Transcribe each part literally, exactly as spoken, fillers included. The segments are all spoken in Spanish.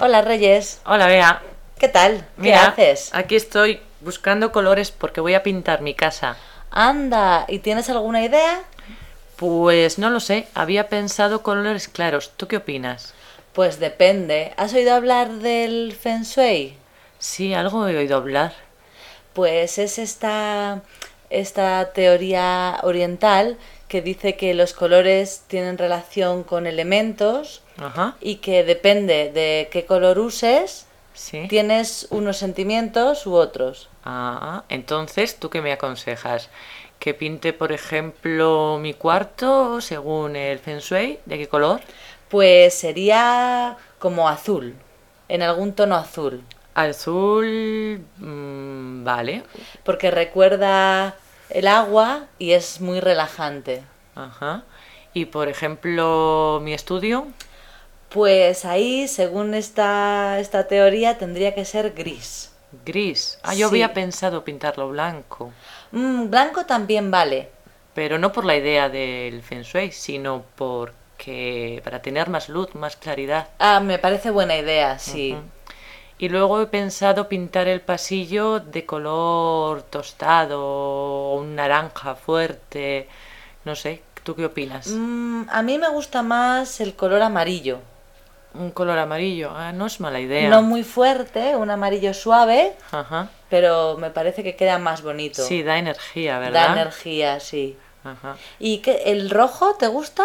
Hola Reyes, Hola, Bea. ¿qué tal? ¿Qué Mira, haces? aquí estoy buscando colores porque voy a pintar mi casa. Anda, ¿y tienes alguna idea? Pues no lo sé, había pensado colores claros. ¿Tú qué opinas? Pues depende. ¿Has oído hablar del Feng Shui? Sí, algo he oído hablar. Pues es esta, esta teoría oriental que dice que los colores tienen relación con elementos Ajá, y que depende de qué color uses, sí. tienes unos sentimientos u otros. Ah, entonces, ¿tú qué me aconsejas? ¿Que pinte, por ejemplo, mi cuarto según el Feng Shui? ¿De qué color? Pues sería como azul, en algún tono azul. Azul... mm, vale. Porque recuerda el agua y es muy relajante. Ajá. Y, por ejemplo, mi estudio, Pues ahí, según esta, esta teoría, tendría que ser gris. gris. Ah, yo había Sí. pensado pintarlo blanco. Mm, blanco también vale. Pero no por la idea del Feng Shui, sino porque para tener más luz, más claridad. Ah, me parece buena idea, sí. Ujú. Y luego he pensado pintar el pasillo de color tostado, un naranja fuerte, no sé, ¿tú qué opinas? Mm, a mí me gusta más el color amarillo. Un color amarillo, ah, no es mala No idea. muy fuerte, un amarillo suave, Ajá. pero me parece que queda más bonito. Sí, da energía, Da ¿verdad? energía, sí. Ajá. ¿Y qué, el rojo te gusta?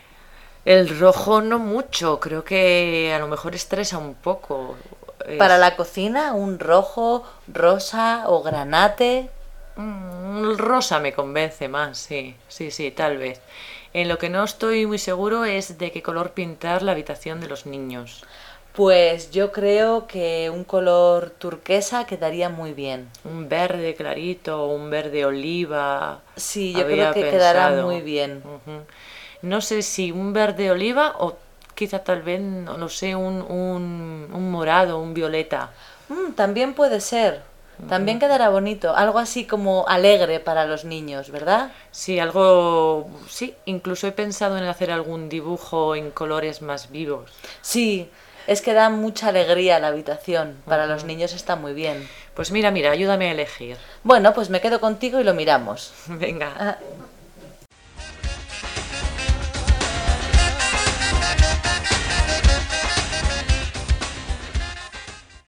El rojo no mucho, creo que a lo mejor estresa un poco. Para Es la cocina, un rojo, rosa o granate. Mm, el rosa me convence más, sí, sí, sí, tal vez. En lo que no estoy muy seguro es de qué color pintar la habitación de los niños. Pues yo creo que un color turquesa quedaría muy bien. Un verde clarito, un verde oliva, Sí, yo creo había que quedará muy pensado. bien. Ujú. No sé si un verde oliva o quizá tal vez, no, no sé, un, un, un morado, un violeta. Mm, también puede ser. También quedará bonito. Algo así como alegre para los niños, ¿verdad? Sí, algo, sí, incluso he pensado en hacer algún dibujo en colores más vivos. Sí, es que da mucha alegría a la habitación. Para los niños está muy bien. Pues mira, mira, ayúdame a elegir. Bueno, pues me quedo contigo y lo miramos. Venga. Ah,